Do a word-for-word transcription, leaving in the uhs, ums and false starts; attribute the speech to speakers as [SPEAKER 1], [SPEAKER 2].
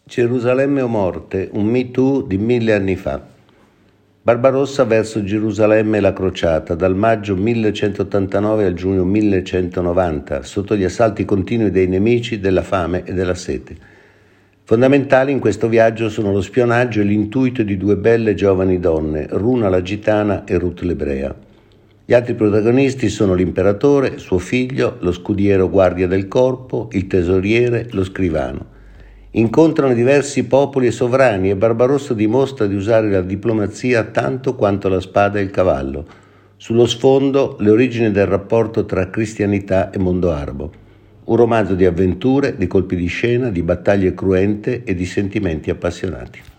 [SPEAKER 1] Gerusalemme o morte, un Me Too di mille anni fa. Barbarossa verso Gerusalemme e la crociata, dal maggio millecentottantanove al giugno millecentonovanta, sotto gli assalti continui dei nemici, della fame e della sete. Fondamentali in questo viaggio sono lo spionaggio e l'intuito di due belle giovani donne, Runa la gitana e Ruth l'ebrea. Gli altri protagonisti sono l'imperatore, suo figlio, lo scudiero guardia del corpo, il tesoriere, lo scrivano. Incontrano diversi popoli e sovrani e Barbarossa dimostra di usare la diplomazia tanto quanto la spada e il cavallo. Sullo sfondo le origini del rapporto tra cristianità e mondo arabo. Un romanzo di avventure, di colpi di scena, di battaglie cruente e di sentimenti appassionati.